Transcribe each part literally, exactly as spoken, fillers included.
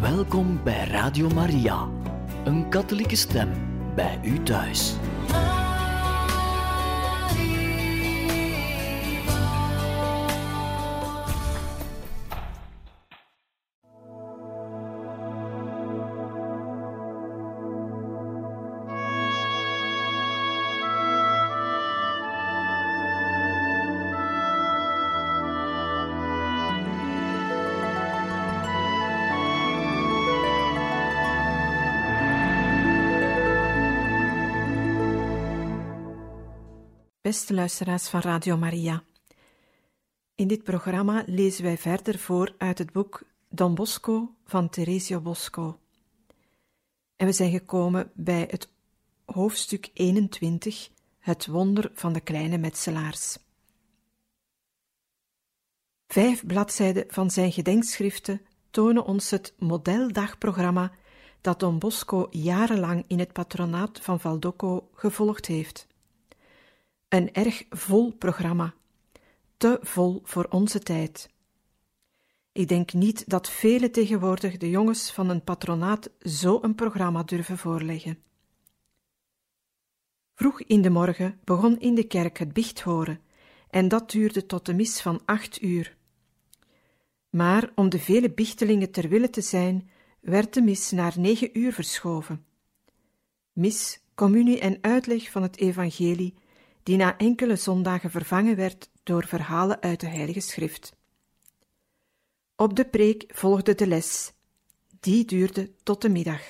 Welkom bij Radio Maria, een katholieke stem bij u thuis. Beste luisteraars van Radio Maria. In dit programma lezen wij verder voor uit het boek Don Bosco van Teresio Bosco. En we zijn gekomen bij het hoofdstuk eenentwintig, het wonder van de kleine metselaars. Vijf bladzijden van zijn gedenkschriften tonen ons het modeldagprogramma dat Don Bosco jarenlang in het patronaat van Valdocco gevolgd heeft. Een erg vol programma, te vol voor onze tijd. Ik denk niet dat velen tegenwoordig de jongens van een patronaat zo een programma durven voorleggen. Vroeg in de morgen begon in de kerk het biechthoren en dat duurde tot de mis van acht uur. Maar om de vele biechtelingen ter wille te zijn, werd de mis naar negen uur verschoven. Mis, communie en uitleg van het evangelie die na enkele zondagen vervangen werd door verhalen uit de Heilige Schrift. Op de preek volgde de les. Die duurde tot de middag.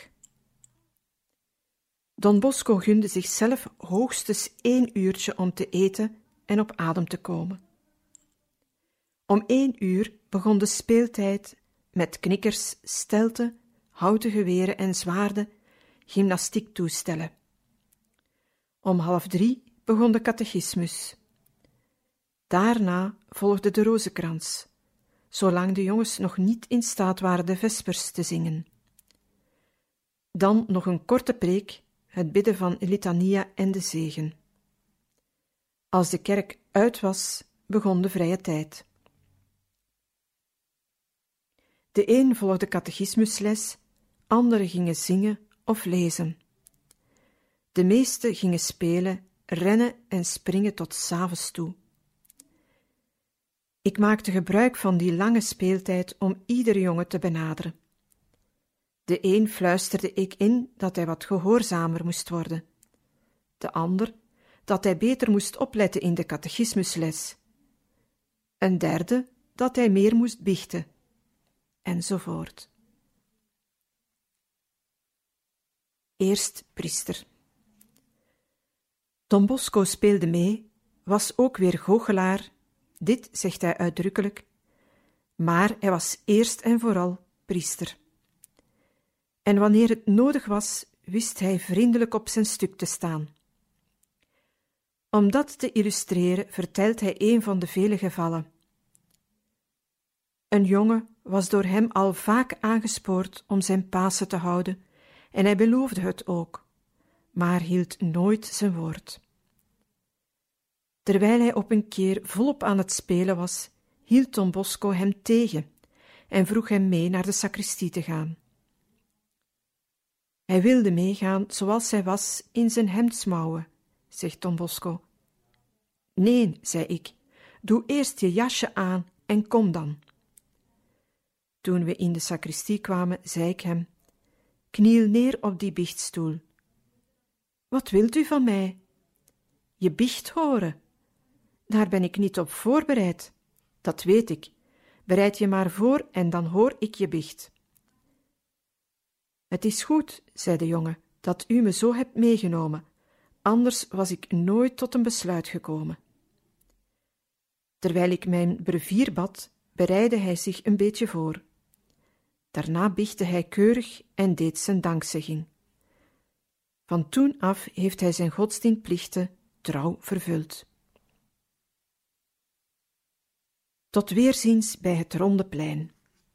Don Bosco gunde zichzelf hoogstens één uurtje om te eten en op adem te komen. Om één uur begon de speeltijd met knikkers, stelten, houten geweren en zwaarden, gymnastiektoestellen. Om half drie begon de catechismus. Daarna volgde de rozenkrans, zolang de jongens nog niet in staat waren de vespers te zingen. Dan nog een korte preek, het bidden van litania en de zegen. Als de kerk uit was, begon de vrije tijd. De een volgde catechismusles, anderen gingen zingen of lezen. De meesten gingen spelen, rennen en springen tot 's avonds toe. Ik maakte gebruik van die lange speeltijd om iedere jongen te benaderen. De een fluisterde ik in dat hij wat gehoorzamer moest worden, de ander dat hij beter moest opletten in de catechismusles, een derde dat hij meer moest biechten, enzovoort. Eerst priester. Don Bosco speelde mee, was ook weer goochelaar, dit zegt hij uitdrukkelijk, maar hij was eerst en vooral priester. En wanneer het nodig was, wist hij vriendelijk op zijn stuk te staan. Om dat te illustreren vertelt hij een van de vele gevallen. Een jongen was door hem al vaak aangespoord om zijn Pasen te houden, en hij beloofde het ook, maar hield nooit zijn woord. Terwijl hij op een keer volop aan het spelen was, hield Don Bosco hem tegen en vroeg hem mee naar de sacristie te gaan. Hij wilde meegaan zoals hij was in zijn hemdsmouwen, zegt Don Bosco. Nee, zei ik, doe eerst je jasje aan en kom dan. Toen we in de sacristie kwamen, zei ik hem, kniel neer op die biechtstoel. Wat wilt u van mij? Je biecht horen. Daar ben ik niet op voorbereid. Dat weet ik. Bereid je maar voor en dan hoor ik je biecht. Het is goed, zei de jongen, dat u me zo hebt meegenomen, anders was ik nooit tot een besluit gekomen. Terwijl ik mijn brevier bad, bereidde hij zich een beetje voor. Daarna biechtte hij keurig en deed zijn dankzegging. Van toen af heeft hij zijn godsdienstplichten trouw vervuld. Tot weerziens bij het Ronde Plein.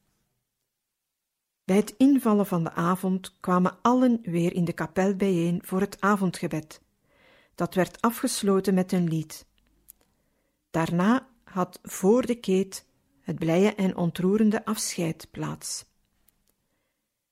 Bij het invallen van de avond kwamen allen weer in de kapel bijeen voor het avondgebed. Dat werd afgesloten met een lied. Daarna had voor de keet het blije en ontroerende afscheid plaats.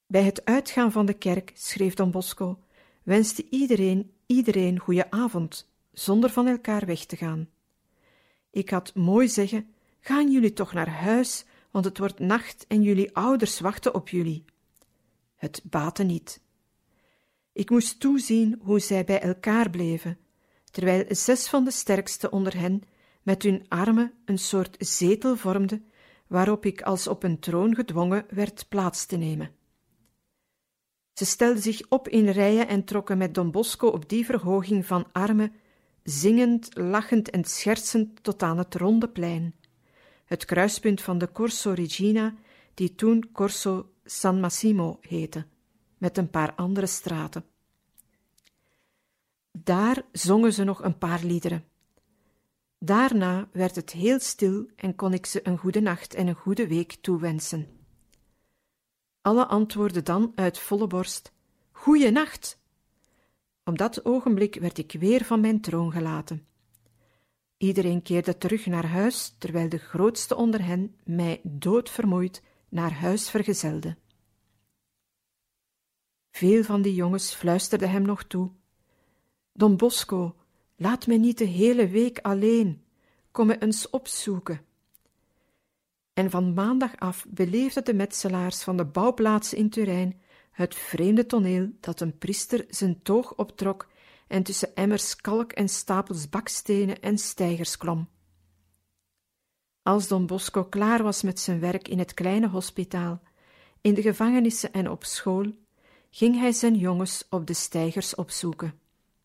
Bij het uitgaan van de kerk, schreef Don Bosco, wenste iedereen iedereen goeie avond, zonder van elkaar weg te gaan. Ik had mooi zeggen, gaan jullie toch naar huis, want het wordt nacht en jullie ouders wachten op jullie. Het baatte niet. Ik moest toezien hoe zij bij elkaar bleven, terwijl zes van de sterkste onder hen met hun armen een soort zetel vormden, waarop ik als op een troon gedwongen werd plaats te nemen. Ze stelden zich op in rijen en trokken met Don Bosco op die verhoging van armen, zingend, lachend en schertsend tot aan het ronde plein, het kruispunt van de Corso Regina, die toen Corso San Massimo heette, met een paar andere straten. Daar zongen ze nog een paar liederen. Daarna werd het heel stil en kon ik ze een goede nacht en een goede week toewensen. Alle antwoordden dan uit volle borst: Goeie nacht! Op dat ogenblik werd ik weer van mijn troon gelaten. Iedereen keerde terug naar huis, terwijl de grootste onder hen mij doodvermoeid naar huis vergezelde. Veel van die jongens fluisterden hem nog toe: Don Bosco, laat mij niet de hele week alleen, kom me eens opzoeken. En van maandag af beleefden de metselaars van de bouwplaatsen in Turijn het vreemde toneel dat een priester zijn toog optrok en tussen emmers kalk en stapels bakstenen en steigers klom. Als Don Bosco klaar was met zijn werk in het kleine hospitaal, in de gevangenissen en op school, ging hij zijn jongens op de steigers opzoeken.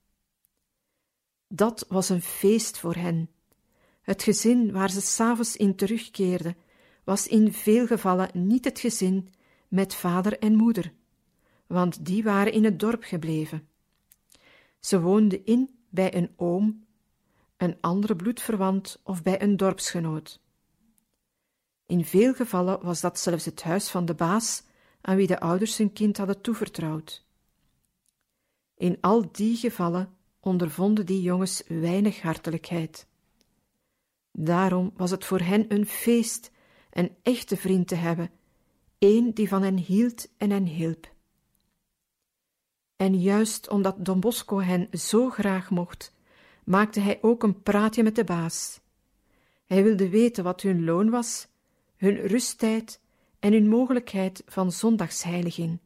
Dat was een feest voor hen. Het gezin waar ze 's avonds in terugkeerden, was in veel gevallen niet het gezin met vader en moeder, want die waren in het dorp gebleven. Ze woonden in bij een oom, een andere bloedverwant of bij een dorpsgenoot. In veel gevallen was dat zelfs het huis van de baas aan wie de ouders hun kind hadden toevertrouwd. In al die gevallen ondervonden die jongens weinig hartelijkheid. Daarom was het voor hen een feest een echte vriend te hebben, één die van hen hield en hen hielp. En juist omdat Don Bosco hen zo graag mocht, maakte hij ook een praatje met de baas. Hij wilde weten wat hun loon was, hun rusttijd en hun mogelijkheid van zondagsheiliging.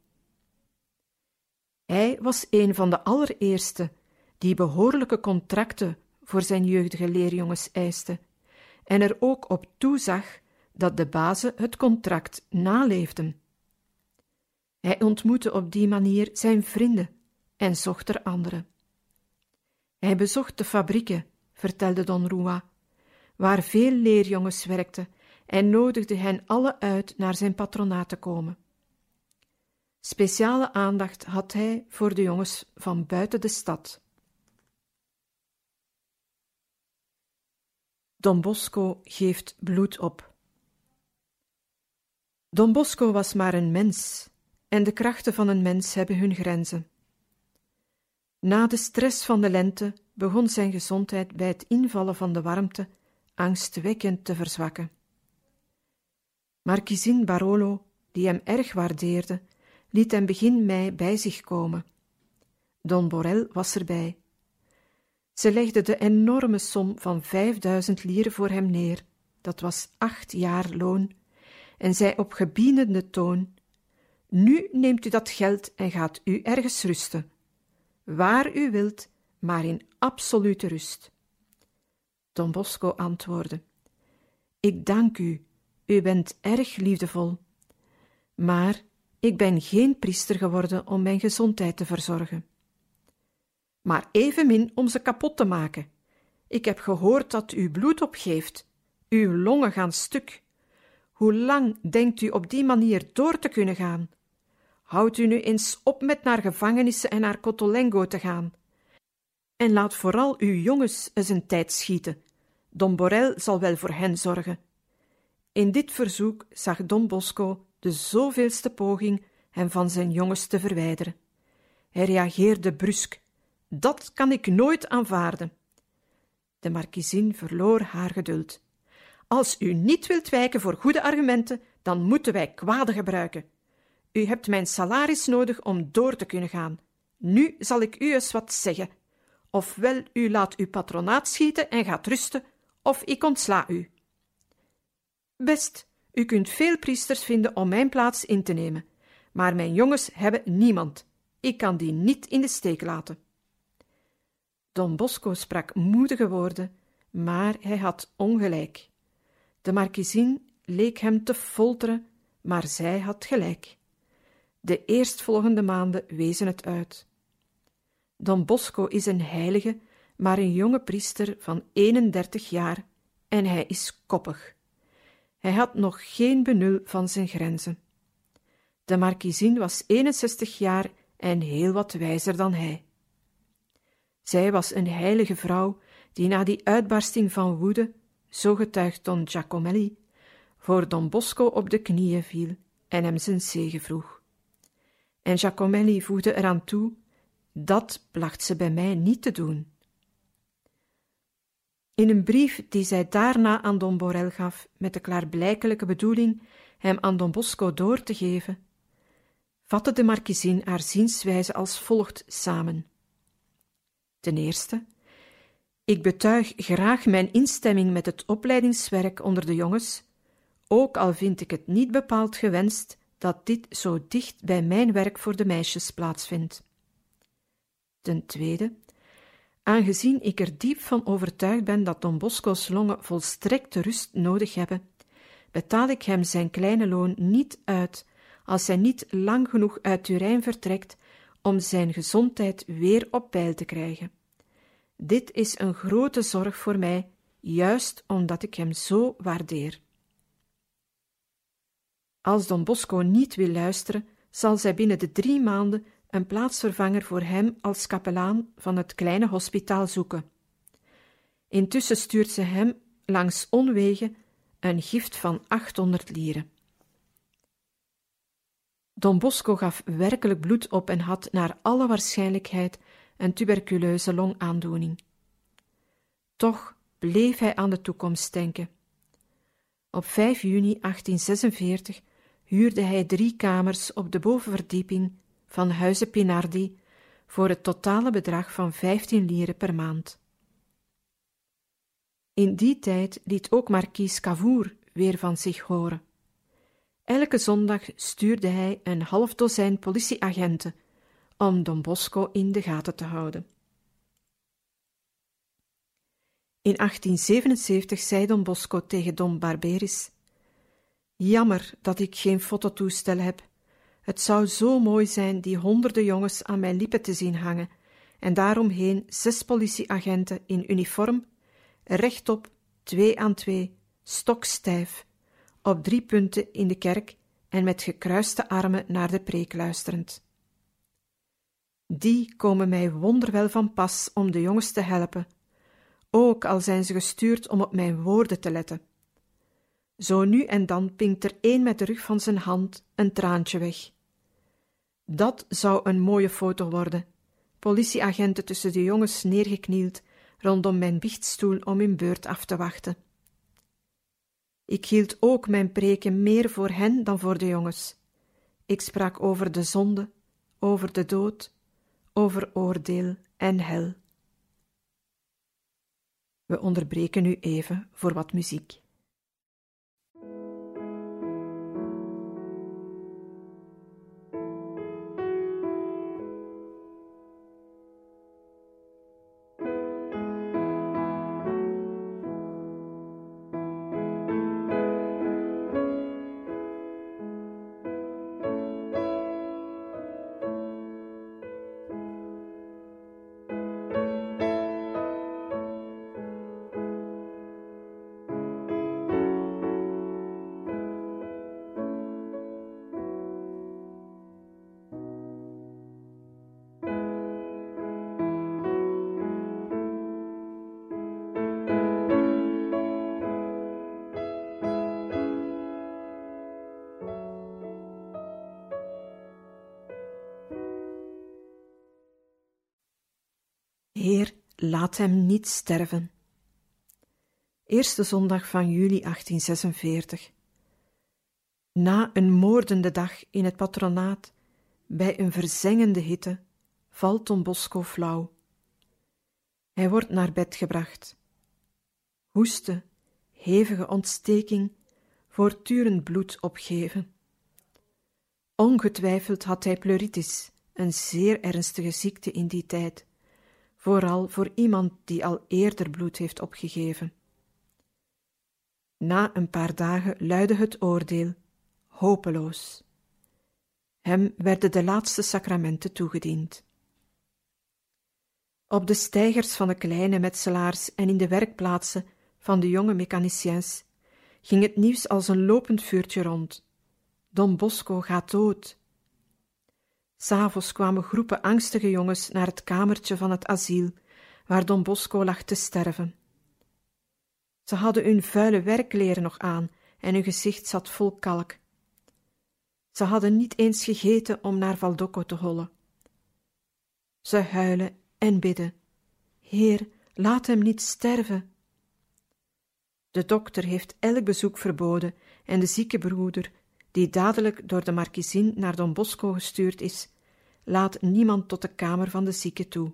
Hij was een van de allereerste die behoorlijke contracten voor zijn jeugdige leerjongens eiste en er ook op toezag dat de bazen het contract naleefden. Hij ontmoette op die manier zijn vrienden en zocht er anderen. Hij bezocht de fabrieken, vertelde Don Rua, waar veel leerjongens werkten en nodigde hen alle uit naar zijn patronaat te komen. Speciale aandacht had hij voor de jongens van buiten de stad. Don Bosco geeft bloed op. Don Bosco was maar een mens, en de krachten van een mens hebben hun grenzen. Na de stress van de lente begon zijn gezondheid bij het invallen van de warmte angstwekkend te verzwakken. Markiezin Barolo, die hem erg waardeerde, liet hem begin mei bij zich komen. Don Borel was erbij. Ze legde de enorme som van vijfduizend lieren voor hem neer, dat was acht jaar loon, en zei op gebiedende toon: Nu neemt u dat geld en gaat u ergens rusten. Waar u wilt, maar in absolute rust. Don Bosco antwoordde: Ik dank u, u bent erg liefdevol. Maar ik ben geen priester geworden om mijn gezondheid te verzorgen. Maar evenmin om ze kapot te maken. Ik heb gehoord dat u bloed opgeeft. Uw longen gaan stuk. Hoe lang denkt u op die manier door te kunnen gaan? Houd u nu eens op met naar gevangenissen en naar Cotolengo te gaan. En laat vooral uw jongens eens een tijd schieten. Don Borel zal wel voor hen zorgen. In dit verzoek zag Don Bosco de zoveelste poging hem van zijn jongens te verwijderen. Hij reageerde brusk: Dat kan ik nooit aanvaarden. De markiezin verloor haar geduld. Als u niet wilt wijken voor goede argumenten, dan moeten wij kwade gebruiken. u hebt mijn salaris nodig om door te kunnen gaan. Nu zal ik u eens wat zeggen. Ofwel u laat uw patronaat schieten en gaat rusten, of ik ontsla u. Best, u kunt veel priesters vinden om mijn plaats in te nemen, maar mijn jongens hebben niemand. Ik kan die niet in de steek laten. Don Bosco sprak moedige woorden, maar hij had ongelijk. De markiezin leek hem te folteren, maar zij had gelijk. De eerstvolgende maanden wezen het uit. Don Bosco is een heilige, maar een jonge priester van eenendertig jaar, en hij is koppig. Hij had nog geen benul van zijn grenzen. De markiezin was eenenzestig jaar en heel wat wijzer dan hij. Zij was een heilige vrouw die na die uitbarsting van woede, zo getuigt Don Giacomelli, voor Don Bosco op de knieën viel en hem zijn zegen vroeg. En Giacomelli voegde eraan toe, dat placht ze bij mij niet te doen. In een brief die zij daarna aan Don Borel gaf, met de klaarblijkelijke bedoeling hem aan Don Bosco door te geven, vatte de markiezin haar zienswijze als volgt samen. Ten eerste, ik betuig graag mijn instemming met het opleidingswerk onder de jongens, ook al vind ik het niet bepaald gewenst dat dit zo dicht bij mijn werk voor de meisjes plaatsvindt. Ten tweede, aangezien ik er diep van overtuigd ben dat Don Bosco's longen volstrekte rust nodig hebben, betaal ik hem zijn kleine loon niet uit als hij niet lang genoeg uit Turijn vertrekt om zijn gezondheid weer op peil te krijgen. Dit is een grote zorg voor mij, juist omdat ik hem zo waardeer. Als Don Bosco niet wil luisteren, zal zij binnen de drie maanden een plaatsvervanger voor hem als kapelaan van het kleine hospitaal zoeken. Intussen stuurt ze hem langs omwegen een gift van achthonderd lieren. Don Bosco gaf werkelijk bloed op en had naar alle waarschijnlijkheid een tuberculeuze longaandoening. Toch bleef hij aan de toekomst denken. Op vijf juni achttienzesenveertig huurde hij drie kamers op de bovenverdieping van Huize Pinardi voor het totale bedrag van vijftien lieren per maand. In die tijd liet ook markies Cavour weer van zich horen. Elke zondag stuurde hij een half dozijn politieagenten om Don Bosco in de gaten te houden. In achttienzevenenzeventig zei Don Bosco tegen Don Barberis: jammer dat ik geen fototoestel heb. Het zou zo mooi zijn die honderden jongens aan mijn lippen te zien hangen en daaromheen zes politieagenten in uniform, rechtop, twee aan twee, stokstijf, op drie punten in de kerk en met gekruiste armen naar de preek luisterend. Die komen mij wonderwel van pas om de jongens te helpen, ook al zijn ze gestuurd om op mijn woorden te letten. Zo nu en dan pinkt er een met de rug van zijn hand een traantje weg. Dat zou een mooie foto worden, politieagenten tussen de jongens neergeknield rondom mijn biechtstoel om hun beurt af te wachten. Ik hield ook mijn preken meer voor hen dan voor de jongens. Ik sprak over de zonde, over de dood, over oordeel en hel. We onderbreken nu even voor wat muziek. Heer, laat hem niet sterven. Eerste zondag van juli achttienzesenveertig. Na een moordende dag in het patronaat, bij een verzengende hitte, valt Don Bosco flauw. Hij wordt naar bed gebracht. Hoesten, hevige ontsteking, voortdurend bloed opgeven. Ongetwijfeld had hij pleuritis, een zeer ernstige ziekte in die tijd, vooral voor iemand die al eerder bloed heeft opgegeven. Na een paar dagen luidde het oordeel, hopeloos. Hem werden de laatste sacramenten toegediend. Op de steigers van de kleine metselaars en in de werkplaatsen van de jonge mechaniciens ging het nieuws als een lopend vuurtje rond. Don Bosco gaat dood. 'S Avonds kwamen groepen angstige jongens naar het kamertje van het asiel, waar Don Bosco lag te sterven. Ze hadden hun vuile werkkleren nog aan en hun gezicht zat vol kalk. Ze hadden niet eens gegeten om naar Valdocco te hollen. Ze huilen en bidden: Heer, laat hem niet sterven. De dokter heeft elk bezoek verboden en de zieke broeder, die dadelijk door de markiezin naar Don Bosco gestuurd is, laat niemand tot de kamer van de zieke toe.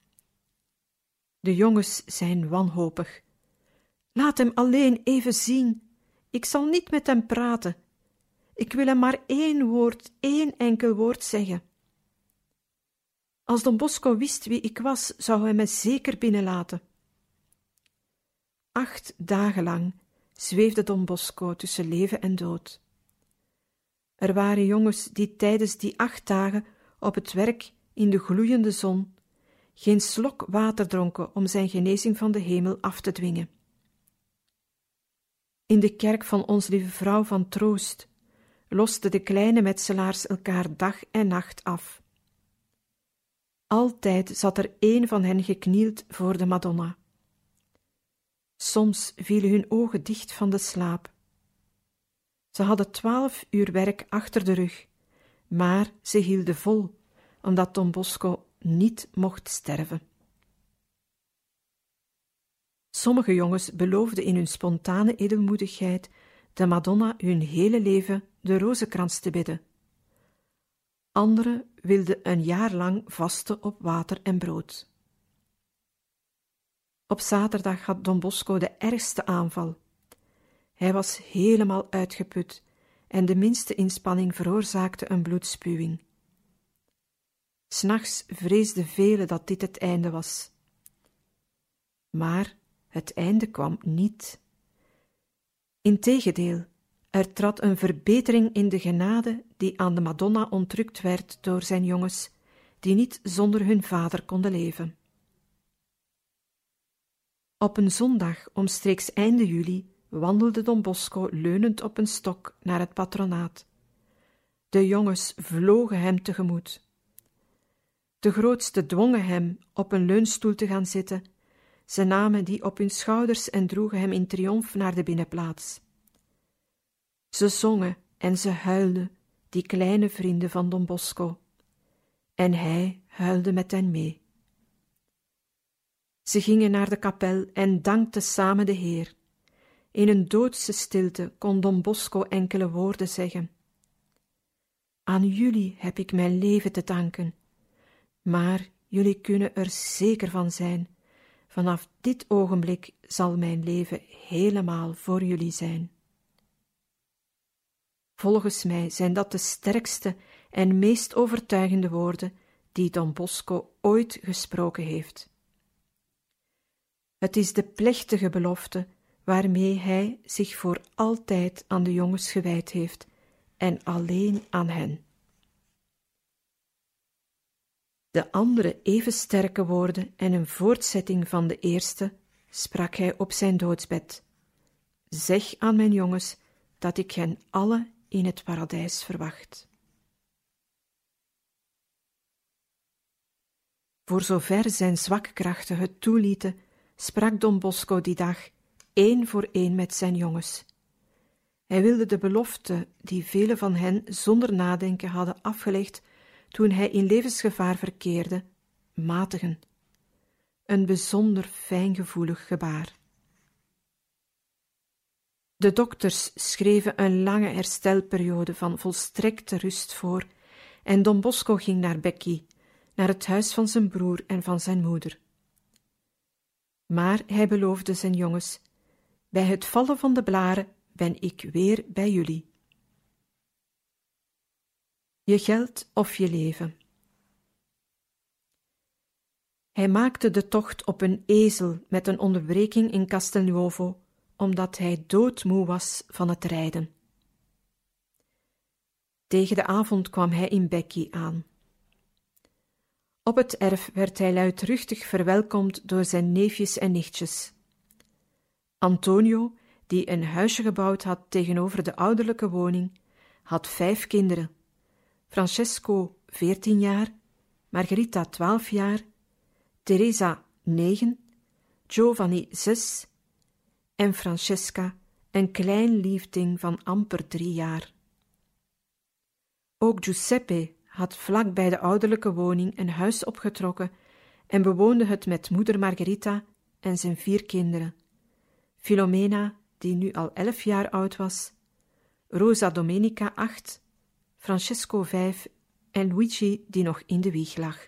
De jongens zijn wanhopig. Laat hem alleen even zien. Ik zal niet met hem praten. Ik wil hem maar één woord, één enkel woord zeggen. Als Don Bosco wist wie ik was, zou hij me zeker binnenlaten. Acht dagen lang zweefde Don Bosco tussen leven en dood. Er waren jongens die tijdens die acht dagen op het werk in de gloeiende zon geen slok water dronken om zijn genezing van de hemel af te dwingen. In de kerk van Ons Lieve Vrouw van Troost losten de kleine metselaars elkaar dag en nacht af. Altijd zat er één van hen geknield voor de Madonna. Soms vielen hun ogen dicht van de slaap. Ze hadden twaalf uur werk achter de rug, maar ze hielden vol, omdat Don Bosco niet mocht sterven. Sommige jongens beloofden in hun spontane edelmoedigheid de Madonna hun hele leven de rozenkrans te bidden. Anderen wilden een jaar lang vasten op water en brood. Op zaterdag had Don Bosco de ergste aanval. Hij was helemaal uitgeput en de minste inspanning veroorzaakte een bloedspuwing. 'S Nachts vreesden velen dat dit het einde was. Maar het einde kwam niet. Integendeel, er trad een verbetering in de genade die aan de Madonna ontrukt werd door zijn jongens, die niet zonder hun vader konden leven. Op een zondag omstreeks einde juli wandelde Don Bosco leunend op een stok naar het patronaat. De jongens vlogen hem tegemoet. De grootste dwongen hem op een leunstoel te gaan zitten. Ze namen die op hun schouders en droegen hem in triomf naar de binnenplaats. Ze zongen en ze huilden, die kleine vrienden van Don Bosco. En hij huilde met hen mee. Ze gingen naar de kapel en dankten samen de Heer. In een doodse stilte kon Don Bosco enkele woorden zeggen. Aan jullie heb ik mijn leven te danken, maar jullie kunnen er zeker van zijn. Vanaf dit ogenblik zal mijn leven helemaal voor jullie zijn. Volgens mij zijn dat de sterkste en meest overtuigende woorden die Don Bosco ooit gesproken heeft. Het is de plechtige belofte waarmee hij zich voor altijd aan de jongens gewijd heeft en alleen aan hen. De andere even sterke woorden en een voortzetting van de eerste sprak hij op zijn doodsbed. Zeg aan mijn jongens dat ik hen alle in het paradijs verwacht. Voor zover zijn zwakke krachten het toelieten, sprak Don Bosco die dag één voor één met zijn jongens. Hij wilde de belofte die velen van hen zonder nadenken hadden afgelegd toen hij in levensgevaar verkeerde, matigen. Een bijzonder fijngevoelig gebaar. De dokters schreven een lange herstelperiode van volstrekte rust voor en Don Bosco ging naar Becky, naar het huis van zijn broer en van zijn moeder. Maar hij beloofde zijn jongens: bij het vallen van de blaren ben ik weer bij jullie. Je geld of je leven. Hij maakte de tocht op een ezel met een onderbreking in Castelnuovo, omdat hij doodmoe was van het rijden. Tegen de avond kwam hij in Becky aan. Op het erf werd hij luidruchtig verwelkomd door zijn neefjes en nichtjes. Antonio, die een huisje gebouwd had tegenover de ouderlijke woning, had vijf kinderen: Francesco veertien jaar, Margherita twaalf jaar, Teresa negen, Giovanni zes en Francesca een klein lief ding van amper drie jaar. Ook Giuseppe had vlak bij de ouderlijke woning een huis opgetrokken en bewoonde het met moeder Margherita en zijn vier kinderen: Filomena, die nu al elf jaar oud was, Rosa Domenica acht, Francesco vijf en Luigi, die nog in de wieg lag.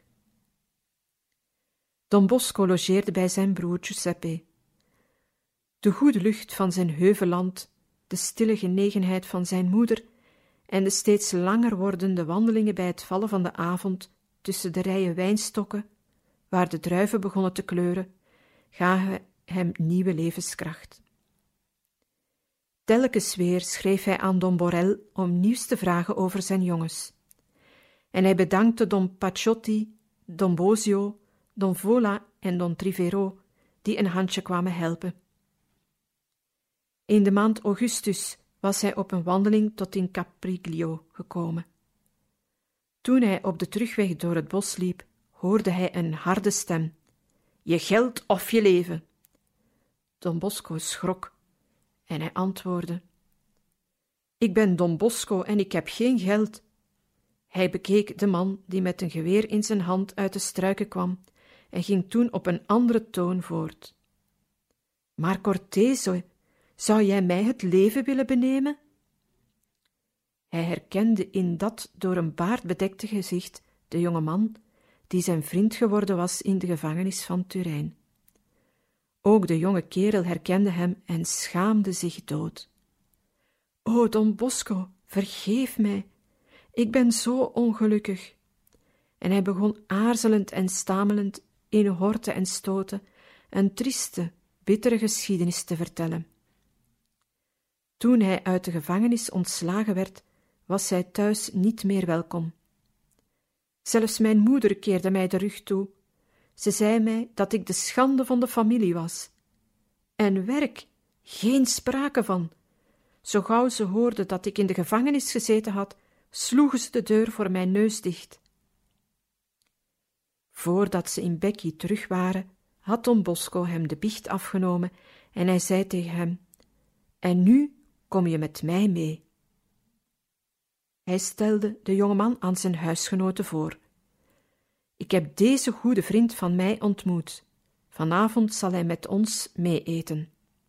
Don Bosco logeerde bij zijn broer Giuseppe. De goede lucht van zijn heuvelland, de stille genegenheid van zijn moeder en de steeds langer wordende wandelingen bij het vallen van de avond tussen de rijen wijnstokken, waar de druiven begonnen te kleuren, gaven hem nieuwe levenskracht. Telkens weer schreef hij aan Don Borel om nieuws te vragen over zijn jongens. En hij bedankte Don Pacciotti, Don Bosio, Don Vola en Don Trivero, die een handje kwamen helpen. In de maand augustus was hij op een wandeling tot in Capriglio gekomen. Toen hij op de terugweg door het bos liep, hoorde hij een harde stem: je geld of je leven. Don Bosco schrok en hij antwoordde: ik ben Don Bosco en ik heb geen geld. Hij bekeek de man die met een geweer in zijn hand uit de struiken kwam en ging toen op een andere toon voort: maar Cortese, zou jij mij het leven willen benemen? Hij herkende in dat door een baard bedekte gezicht de jonge man die zijn vriend geworden was in de gevangenis van Turijn. Ook de jonge kerel herkende hem en schaamde zich dood. O, Don Bosco, vergeef mij, ik ben zo ongelukkig. En hij begon aarzelend en stamelend in horten en stoten een trieste, bittere geschiedenis te vertellen. Toen hij uit de gevangenis ontslagen werd, was hij thuis niet meer welkom. Zelfs mijn moeder keerde mij de rug toe. Ze zei mij dat ik de schande van de familie was. En werk, geen sprake van. Zo gauw ze hoorden dat ik in de gevangenis gezeten had, sloegen ze de deur voor mijn neus dicht. Voordat ze in Becky terug waren, had Don Bosco hem de biecht afgenomen en hij zei tegen hem: en nu kom je met mij mee. Hij stelde de jongeman aan zijn huisgenoten voor. Ik heb deze goede vriend van mij ontmoet. Vanavond zal hij met ons mee eten.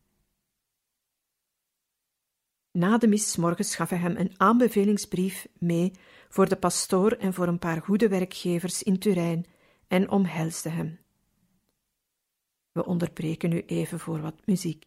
Na de mis 's morgens gaf hij hem een aanbevelingsbrief mee voor de pastoor en voor een paar goede werkgevers in Turijn en omhelsde hem. We onderbreken nu even voor wat muziek.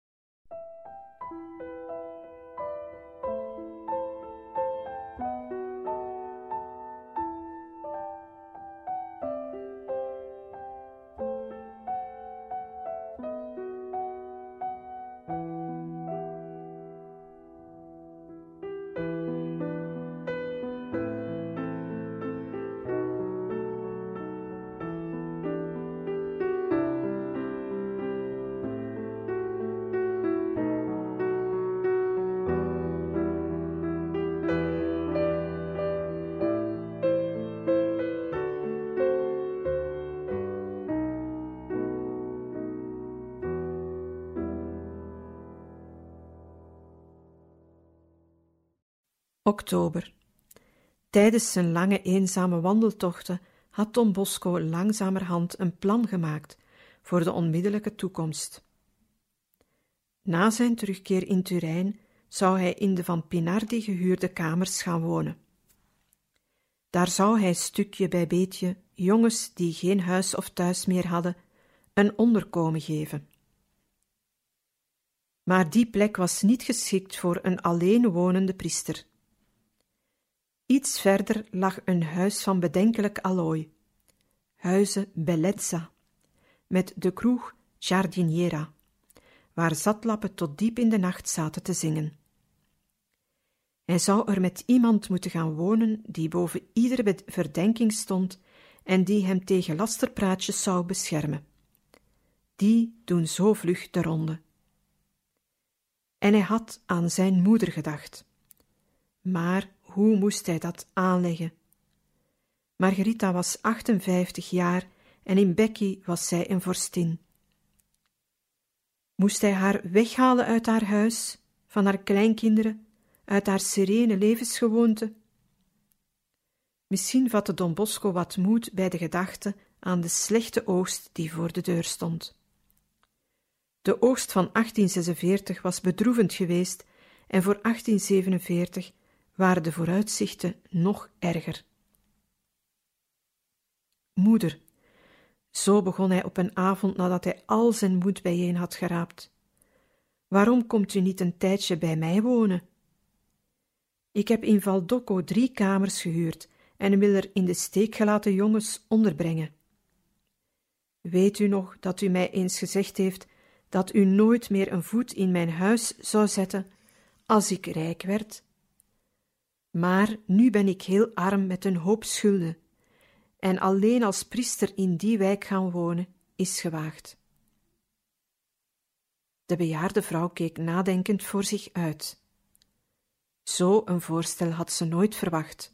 Oktober. Tijdens zijn lange eenzame wandeltochten had Don Bosco langzamerhand een plan gemaakt voor de onmiddellijke toekomst. Na zijn terugkeer in Turijn zou hij in de van Pinardi gehuurde kamers gaan wonen. Daar zou hij stukje bij beetje jongens die geen huis of thuis meer hadden, een onderkomen geven. Maar die plek was niet geschikt voor een alleenwonende priester. Iets verder lag een huis van bedenkelijk allooi, huize Bellezza, met de kroeg Giardiniera, waar zatlappen tot diep in de nacht zaten te zingen. Hij zou er met iemand moeten gaan wonen die boven iedere verdenking stond en die hem tegen lasterpraatjes zou beschermen. Die doen zo vlug de ronde. En hij had aan zijn moeder gedacht. Maar hoe moest hij dat aanleggen? Margaritha was achtenvijftig jaar en in Becchi was zij een vorstin. Moest hij haar weghalen uit haar huis, van haar kleinkinderen, uit haar serene levensgewoonte? Misschien vatte Don Bosco wat moed bij de gedachte aan de slechte oogst die voor de deur stond. De oogst van achttien zesenveertig was bedroevend geweest en voor achttien zevenenveertig waren de vooruitzichten nog erger. Moeder, zo begon hij op een avond nadat hij al zijn moed bijeen had geraapt. Waarom komt u niet een tijdje bij mij wonen? Ik heb in Valdocco drie kamers gehuurd en wil er in de steek gelaten jongens onderbrengen. Weet u nog dat u mij eens gezegd heeft dat u nooit meer een voet in mijn huis zou zetten als ik rijk werd? Maar nu ben ik heel arm met een hoop schulden, en alleen als priester in die wijk gaan wonen is gewaagd. De bejaarde vrouw keek nadenkend voor zich uit. Zo een voorstel had ze nooit verwacht.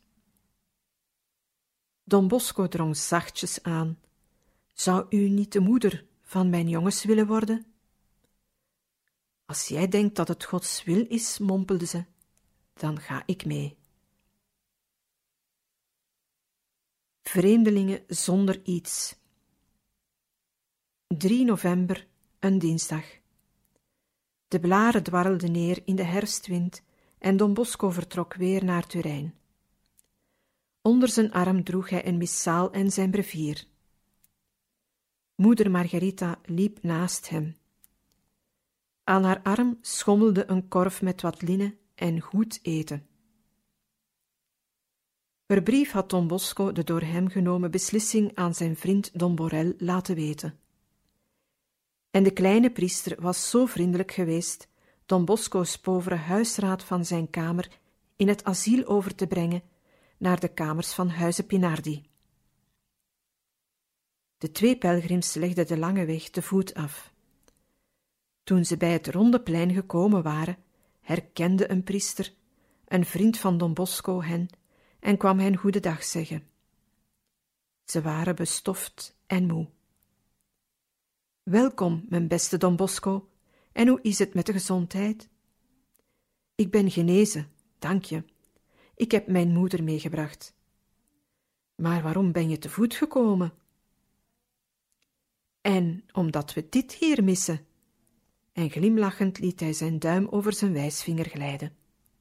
Don Bosco drong zachtjes aan. Zou u niet de moeder van mijn jongens willen worden? Als jij denkt dat het Gods wil is, mompelde ze, dan ga ik mee. Vreemdelingen zonder iets. drie november, een dinsdag. De blaren dwarrelden neer in de herfstwind en Don Bosco vertrok weer naar Turijn. Onder zijn arm droeg hij een missaal en zijn brevier. Moeder Margaritha liep naast hem. Aan haar arm schommelde een korf met wat linnen en goed eten. Per brief had Don Bosco de door hem genomen beslissing aan zijn vriend Don Borel laten weten. En de kleine priester was zo vriendelijk geweest Don Bosco's povere huisraad van zijn kamer in het asiel over te brengen naar de kamers van huize Pinardi. De twee pelgrims legden de lange weg te voet af. Toen ze bij het ronde plein gekomen waren, herkende een priester, een vriend van Don Bosco, hen en kwam hen goedendag zeggen. Ze waren bestoft en moe. Welkom, mijn beste Don Bosco, en hoe is het met de gezondheid? Ik ben genezen, dank je. Ik heb mijn moeder meegebracht. Maar waarom ben je te voet gekomen? En omdat we dit hier missen. En glimlachend liet hij zijn duim over zijn wijsvinger glijden.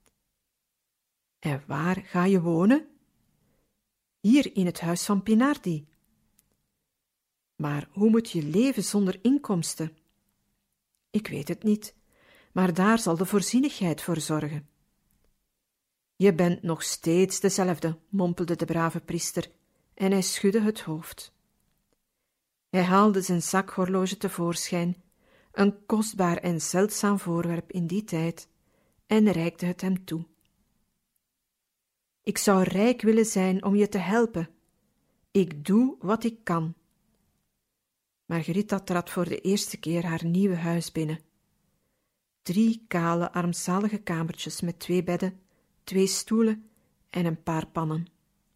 En waar ga je wonen? Hier in het huis van Pinardi. Maar hoe moet je leven zonder inkomsten? Ik weet het niet, maar daar zal de voorzienigheid voor zorgen. Je bent nog steeds dezelfde, mompelde de brave priester, en hij schudde het hoofd. Hij haalde zijn zakhorloge tevoorschijn, een kostbaar en zeldzaam voorwerp in die tijd, en reikte het hem toe. Ik zou rijk willen zijn om je te helpen. Ik doe wat ik kan. Margaritha trad voor de eerste keer haar nieuwe huis binnen. Drie kale, armzalige kamertjes met twee bedden, twee stoelen en een paar pannen.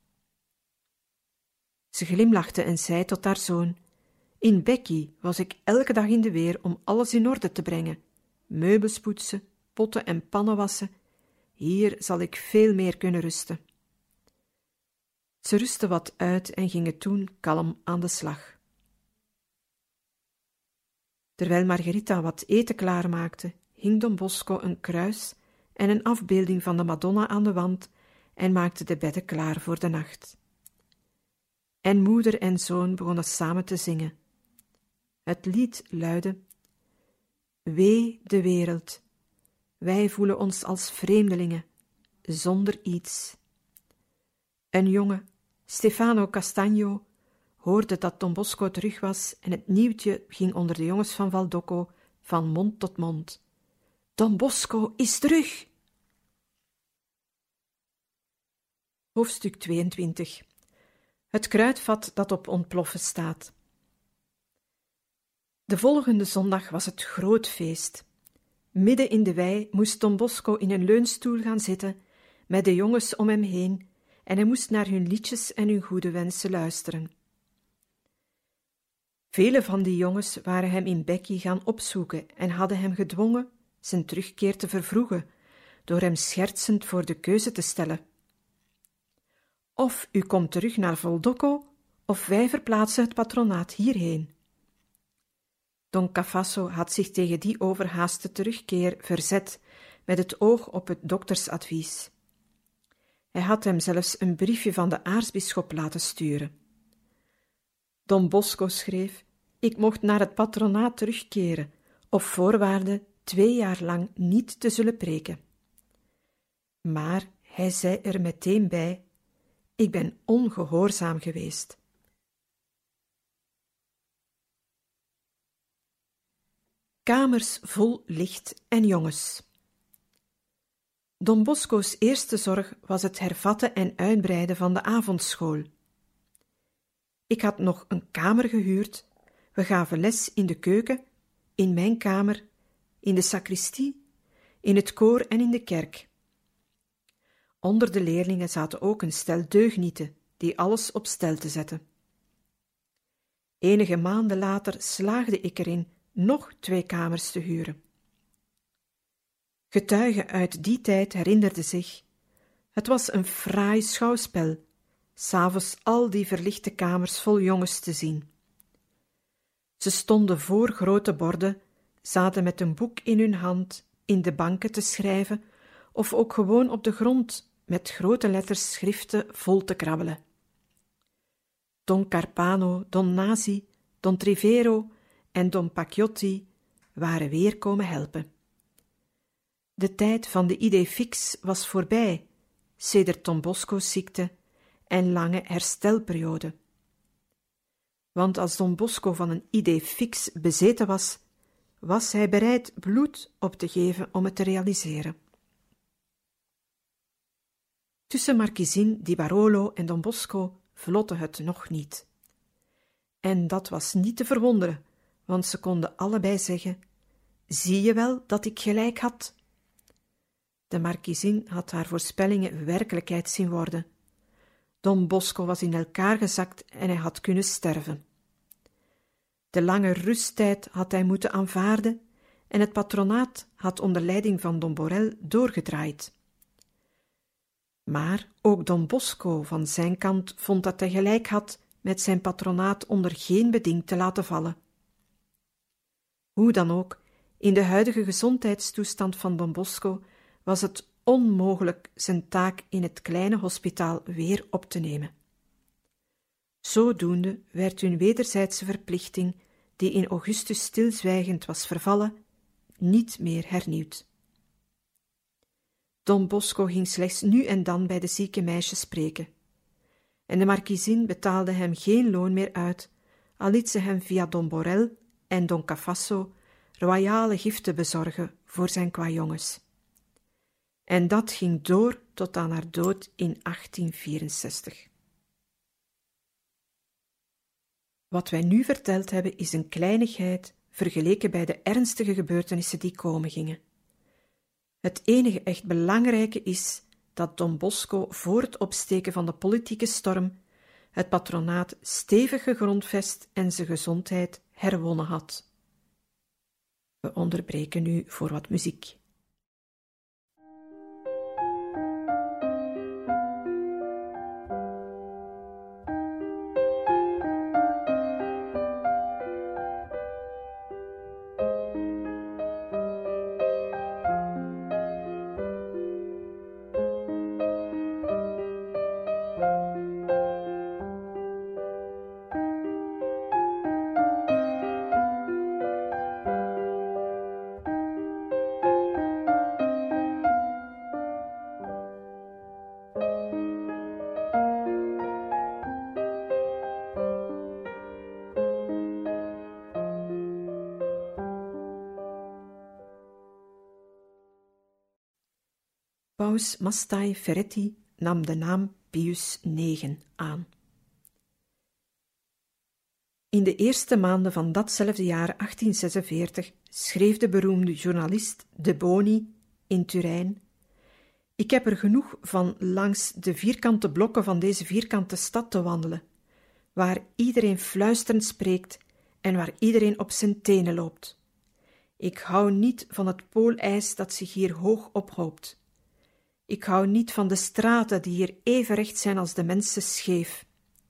Ze glimlachte en zei tot haar zoon: In Becchi was ik elke dag in de weer om alles in orde te brengen. Meubels poetsen, potten en pannen wassen. Hier zal ik veel meer kunnen rusten. Ze rustten wat uit en gingen toen kalm aan de slag. Terwijl Margaritha wat eten klaarmaakte, hing Don Bosco een kruis en een afbeelding van de Madonna aan de wand en maakte de bedden klaar voor de nacht. En moeder en zoon begonnen samen te zingen. Het lied luidde: Wee de wereld, wij voelen ons als vreemdelingen, zonder iets. Een jongen, Stefano Castagno, hoorde dat Don Bosco terug was en het nieuwtje ging onder de jongens van Valdocco van mond tot mond. Don Bosco is terug! Hoofdstuk tweeëntwintig. Het kruidvat dat op ontploffen staat. De volgende zondag was het groot feest. Midden in de wei moest Don Bosco in een leunstoel gaan zitten, met de jongens om hem heen, en hij moest naar hun liedjes en hun goede wensen luisteren. Vele van die jongens waren hem in Becchi gaan opzoeken en hadden hem gedwongen zijn terugkeer te vervroegen, door hem schertsend voor de keuze te stellen. Of u komt terug naar Valdocco, of wij verplaatsen het patronaat hierheen. Don Caffasso had zich tegen die overhaaste terugkeer verzet, met het oog op het doktersadvies. Hij had hem zelfs een briefje van de aartsbisschop laten sturen. Don Bosco schreef: ik mocht naar het patronaat terugkeren, op voorwaarde twee jaar lang niet te zullen preken. Maar hij zei er meteen bij: ik ben ongehoorzaam geweest. Kamers vol licht en jongens. Don Bosco's eerste zorg was het hervatten en uitbreiden van de avondschool. Ik had nog een kamer gehuurd. We gaven les in de keuken, in mijn kamer, in de sacristie, in het koor en in de kerk. Onder de leerlingen zaten ook een stel deugnieten, die alles op stelte zetten. Enige maanden later slaagde ik erin nog twee kamers te huren. Getuigen uit die tijd herinnerden zich: het was een fraai schouwspel, 's avonds al die verlichte kamers vol jongens te zien. Ze stonden voor grote borden, zaten met een boek in hun hand in de banken te schrijven, of ook gewoon op de grond met grote letters schriften vol te krabbelen. Don Carpano, Don Nasi, Don Trivero en Don Pacchiotti waren weer komen helpen. De tijd van de idee fix was voorbij, sedert Don Bosco's ziekte en lange herstelperiode. Want als Don Bosco van een idee fix bezeten was, was hij bereid bloed op te geven om het te realiseren. Tussen Marquezine di Barolo en Don Bosco vlotte het nog niet. En dat was niet te verwonderen, want ze konden allebei zeggen: zie je wel dat ik gelijk had? De Marquezine had haar voorspellingen werkelijkheid zien worden. Don Bosco was in elkaar gezakt en hij had kunnen sterven. De lange rusttijd had hij moeten aanvaarden en het patronaat had onder leiding van Don Borel doorgedraaid. Maar ook Don Bosco van zijn kant vond dat hij gelijk had met zijn patronaat onder geen beding te laten vallen. Hoe dan ook, in de huidige gezondheidstoestand van Don Bosco was het onmogelijk zijn taak in het kleine hospitaal weer op te nemen. Zodoende werd hun wederzijdse verplichting, die in augustus stilzwijgend was vervallen, niet meer hernieuwd. Don Bosco ging slechts nu en dan bij de zieke meisjes spreken. En de Marquezine betaalde hem geen loon meer uit, al liet ze hem via Don Borel en Don Caffasso royale giften bezorgen voor zijn kwajongens. En dat ging door tot aan haar dood in achttien vierenzestig. Wat wij nu verteld hebben is een kleinigheid vergeleken bij de ernstige gebeurtenissen die komen gingen. Het enige echt belangrijke is dat Don Bosco voor het opsteken van de politieke storm het patronaat stevig gegrondvest en zijn gezondheid herwonnen had. We onderbreken nu voor wat muziek. paus Mastai Ferretti nam de naam Pius negen aan. In de eerste maanden van datzelfde jaar achttien zesenveertig schreef de beroemde journalist De Boni in Turijn: Ik heb er genoeg van langs de vierkante blokken van deze vierkante stad te wandelen, waar iedereen fluisterend spreekt en waar iedereen op zijn tenen loopt. Ik hou niet van het poolijs dat zich hier hoog ophoopt. Ik hou niet van de straten die hier even recht zijn als de mensen scheef.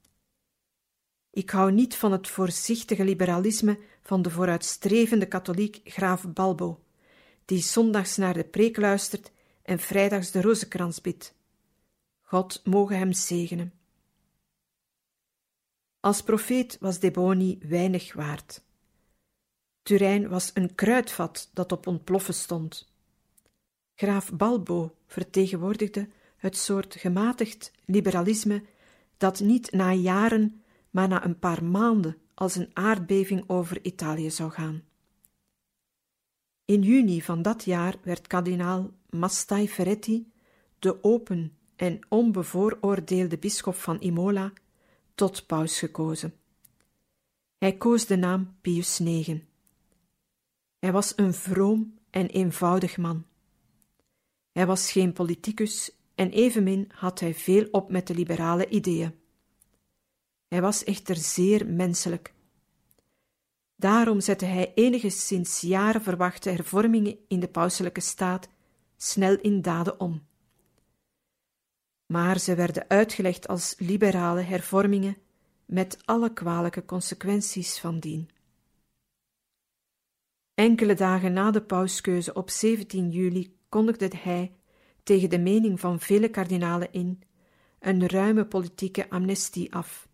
Ik hou niet van het voorzichtige liberalisme van de vooruitstrevende katholiek graaf Balbo, die zondags naar de preek luistert en vrijdags de rozenkrans bidt. God moge hem zegenen. Als profeet was De Boni weinig waard. Turijn was een kruidvat dat op ontploffen stond. Graaf Balbo vertegenwoordigde het soort gematigd liberalisme dat niet na jaren, maar na een paar maanden als een aardbeving over Italië zou gaan. In juni van dat jaar werd kardinaal Mastai Ferretti, de open en onbevooroordeelde bisschop van Imola, tot paus gekozen. Hij koos de naam Pius negen. Hij was een vroom en eenvoudig man. Hij was geen politicus en evenmin had hij veel op met de liberale ideeën. Hij was echter zeer menselijk. Daarom zette hij enige sinds jaren verwachte hervormingen in de pauselijke staat snel in daden om. Maar ze werden uitgelegd als liberale hervormingen met alle kwalijke consequenties van dien. Enkele dagen na de pauskeuze op zeventien juli kondigde hij, tegen de mening van vele kardinalen in, een ruime politieke amnestie af.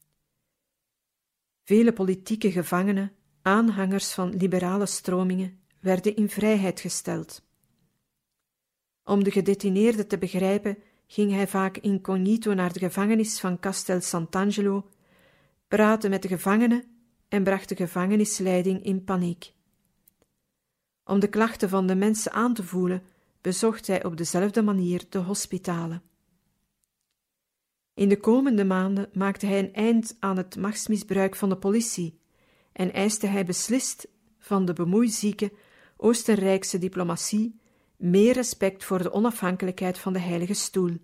Vele politieke gevangenen, aanhangers van liberale stromingen, werden in vrijheid gesteld. Om de gedetineerden te begrijpen, ging hij vaak incognito naar de gevangenis van Castel Sant'Angelo, praatte met de gevangenen en bracht de gevangenisleiding in paniek. Om de klachten van de mensen aan te voelen, bezocht hij op dezelfde manier de hospitalen. In de komende maanden maakte hij een eind aan het machtsmisbruik van de politie en eiste hij beslist van de bemoeizieke Oostenrijkse diplomatie meer respect voor de onafhankelijkheid van de Heilige Stoel.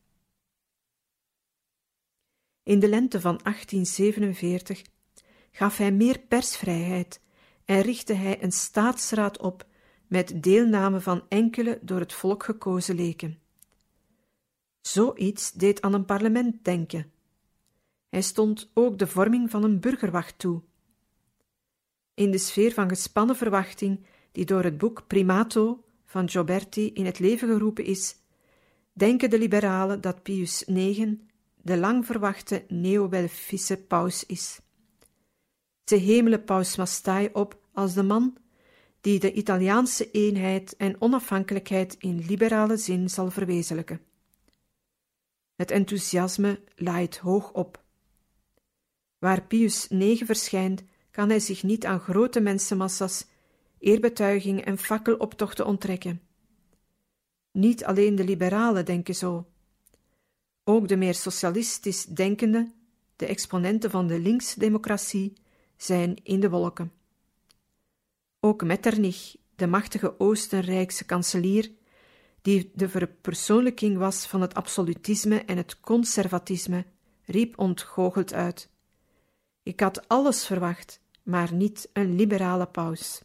In de lente van achttien zevenenveertig gaf hij meer persvrijheid en richtte hij een staatsraad op met deelname van enkele door het volk gekozen leken. Zoiets deed aan een parlement denken. Hij stond ook de vorming van een burgerwacht toe. In de sfeer van gespannen verwachting die door het boek Primato van Gioberti in het leven geroepen is, denken de liberalen dat Pius negen de lang verwachte neo-Belgische paus is. Ze hemelen paus Mastai op als de man die de Italiaanse eenheid en onafhankelijkheid in liberale zin zal verwezenlijken. Het enthousiasme laait hoog op. Waar Pius negen verschijnt, kan hij zich niet aan grote mensenmassa's, eerbetuiging en fakkeloptochten onttrekken. Niet alleen de liberalen denken zo. Ook de meer socialistisch denkenden, de exponenten van de linksdemocratie, zijn in de wolken. Ook Metternich, de machtige Oostenrijkse kanselier, die de verpersoonlijking was van het absolutisme en het conservatisme, riep ontgoocheld uit: Ik had alles verwacht, maar niet een liberale paus.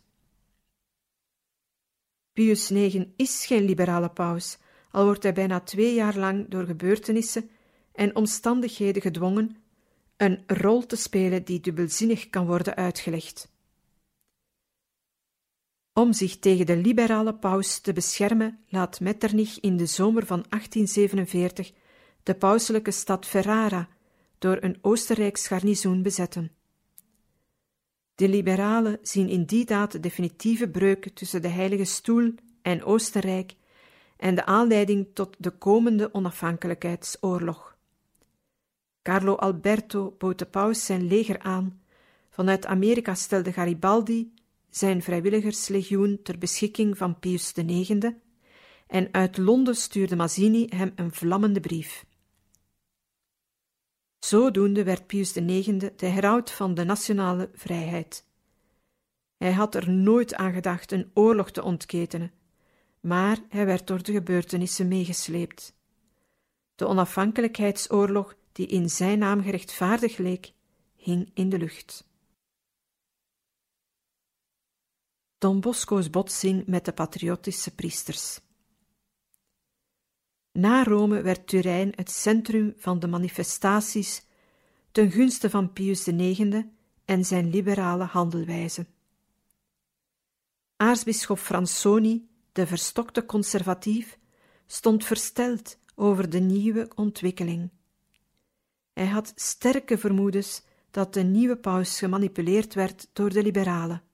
Pius negen is geen liberale paus, al wordt hij bijna twee jaar lang door gebeurtenissen en omstandigheden gedwongen een rol te spelen die dubbelzinnig kan worden uitgelegd. Om zich tegen de liberale paus te beschermen, laat Metternich in de zomer van achttien zevenenveertig de pauselijke stad Ferrara door een Oostenrijks garnizoen bezetten. De liberalen zien in die daad de definitieve breuk tussen de Heilige Stoel en Oostenrijk en de aanleiding tot de komende onafhankelijkheidsoorlog. Carlo Alberto bood de paus zijn leger aan. Vanuit Amerika stelde Garibaldi zijn vrijwilligerslegioen ter beschikking van Pius de negende en uit Londen stuurde Mazzini hem een vlammende brief. Zodoende werd Pius de negende de heraut van de nationale vrijheid. Hij had er nooit aan gedacht een oorlog te ontketenen, maar hij werd door de gebeurtenissen meegesleept. De onafhankelijkheidsoorlog, die in zijn naam gerechtvaardigd leek, hing in de lucht. Don Bosco's botsing met de patriotische priesters. Na Rome werd Turijn het centrum van de manifestaties ten gunste van Pius de negende en zijn liberale handelwijze. Aartsbisschop Fransoni, de verstokte conservatief, stond versteld over de nieuwe ontwikkeling. Hij had sterke vermoedens dat de nieuwe paus gemanipuleerd werd door de liberalen.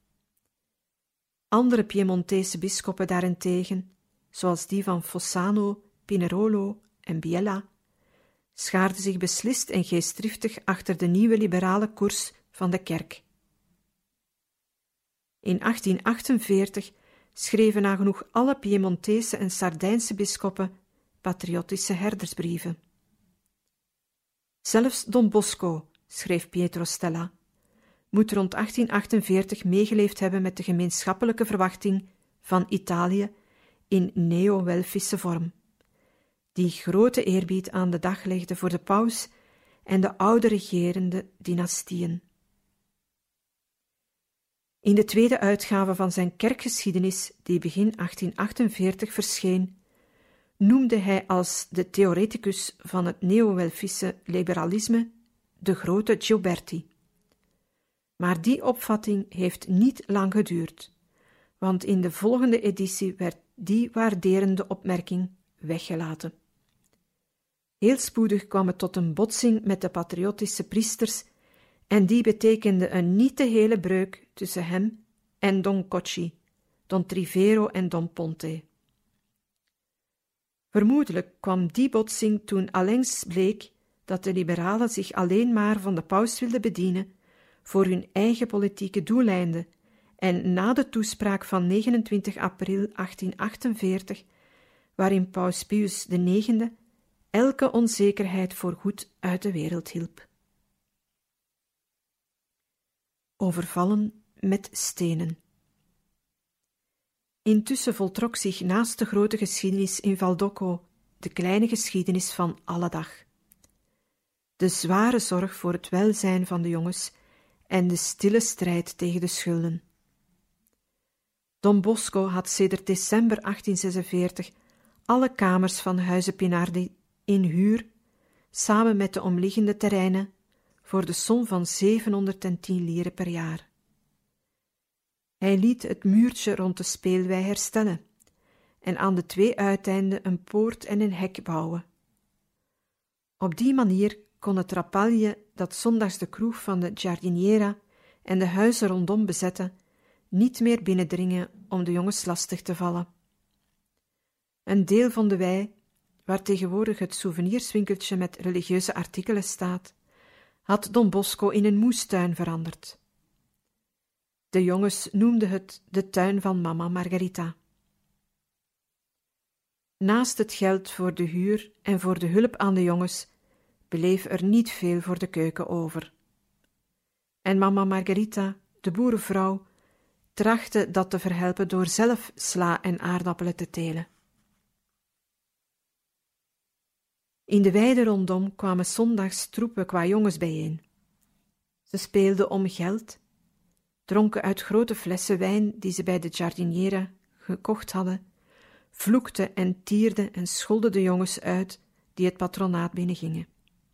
Andere Piemontese bisschoppen daarentegen, zoals die van Fossano, Pinerolo en Biella, schaarden zich beslist en geestdriftig achter de nieuwe liberale koers van de kerk. In achttien achtenveertig schreven nagenoeg alle Piemontese en Sardijnse bisschoppen patriotische herdersbrieven. Zelfs Don Bosco, schreef Pietro Stella, moet rond achttien achtenveertig meegeleefd hebben met de gemeenschappelijke verwachting van Italië in neo-Welfische vorm, die grote eerbied aan de dag legde voor de paus en de oude regerende dynastieën. In de tweede uitgave van zijn kerkgeschiedenis, die begin achttien achtenveertig verscheen, noemde hij als de theoreticus van het neo-Welfische liberalisme de grote Gioberti. Maar die opvatting heeft niet lang geduurd, want in de volgende editie werd die waarderende opmerking weggelaten. Heel spoedig kwam het tot een botsing met de patriotische priesters en die betekende een niet te hele breuk tussen hem en Don Cocci, Don Trivero en Don Ponte. Vermoedelijk kwam die botsing toen allengs bleek dat de liberalen zich alleen maar van de paus wilden bedienen voor hun eigen politieke doeleinden en na de toespraak van negenentwintig april achttien achtenveertig, waarin paus Pius de negende elke onzekerheid voorgoed uit de wereld hielp. Overvallen met stenen. Intussen voltrok zich naast de grote geschiedenis in Valdocco de kleine geschiedenis van alle dag. De zware zorg voor het welzijn van de jongens en de stille strijd tegen de schulden. Don Bosco had sedert december achttien zesenveertig alle kamers van huize Pinardi in huur, samen met de omliggende terreinen, voor de som van zevenhonderdtien lire per jaar. Hij liet het muurtje rond de speelwei herstellen en aan de twee uiteinden een poort en een hek bouwen. Op die manier kon het rapalje dat zondags de kroeg van de Giardiniera en de huizen rondom bezette, niet meer binnendringen om de jongens lastig te vallen. Een deel van de wei, waar tegenwoordig het souvenirswinkeltje met religieuze artikelen staat, had Don Bosco in een moestuin veranderd. De jongens noemden het de tuin van mama Margarita. Naast het geld voor de huur en voor de hulp aan de jongens bleef er niet veel voor de keuken over. En mama Margarita, de boerenvrouw, trachtte dat te verhelpen door zelf sla en aardappelen te telen. In de weide rondom kwamen zondags troepen qua jongens bijeen. Ze speelden om geld, dronken uit grote flessen wijn die ze bij de Giardiniera gekocht hadden, vloekten en tierden en scholden de jongens uit die het patronaat binnengingen.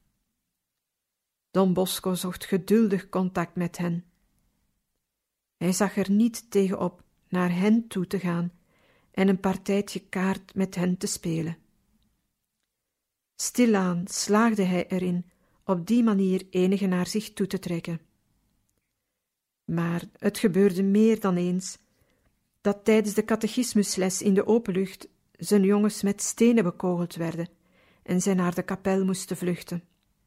Don Bosco zocht geduldig contact met hen. Hij zag er niet tegen op naar hen toe te gaan en een partijtje kaart met hen te spelen. Stilaan slaagde hij erin op die manier enigen naar zich toe te trekken. Maar het gebeurde meer dan eens dat tijdens de catechismusles in de open lucht zijn jongens met stenen bekogeld werden en zij naar de kapel moesten vluchten.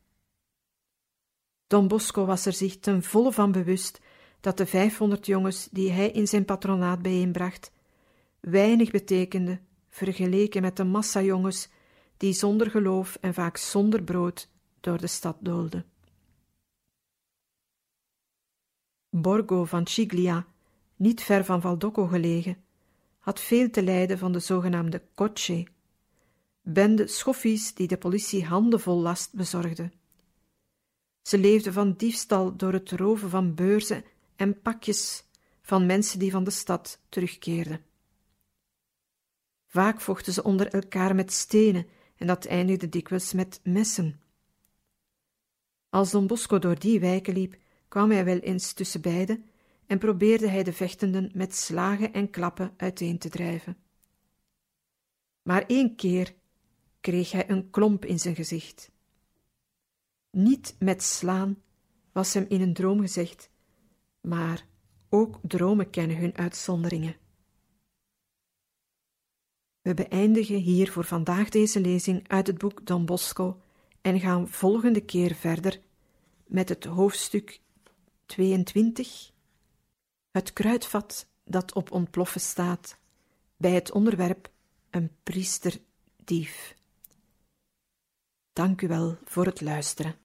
Don Bosco was er zich ten volle van bewust dat de vijfhonderd jongens die hij in zijn patronaat bijeenbracht weinig betekenden vergeleken met de massa jongens die zonder geloof en vaak zonder brood door de stad doolden. Borgo van Ciglia, niet ver van Valdocco gelegen, had veel te lijden van de zogenaamde Cocce, bende schoffies die de politie handenvol last bezorgde. Ze leefden van diefstal door het roven van beurzen en pakjes van mensen die van de stad terugkeerden. Vaak vochten ze onder elkaar met stenen en dat eindigde dikwijls met messen. Als Don Bosco door die wijken liep, kwam hij wel eens tussen beiden en probeerde hij de vechtenden met slagen en klappen uiteen te drijven. Maar één keer kreeg hij een klomp in zijn gezicht. Niet met slaan, was hem in een droom gezegd, maar ook dromen kennen hun uitzonderingen. We beëindigen hier voor vandaag deze lezing uit het boek Don Bosco en gaan volgende keer verder met het hoofdstuk tweeëntwintig, het kruidvat dat op ontploffen staat, bij het onderwerp een priesterdief. Dank u wel voor het luisteren.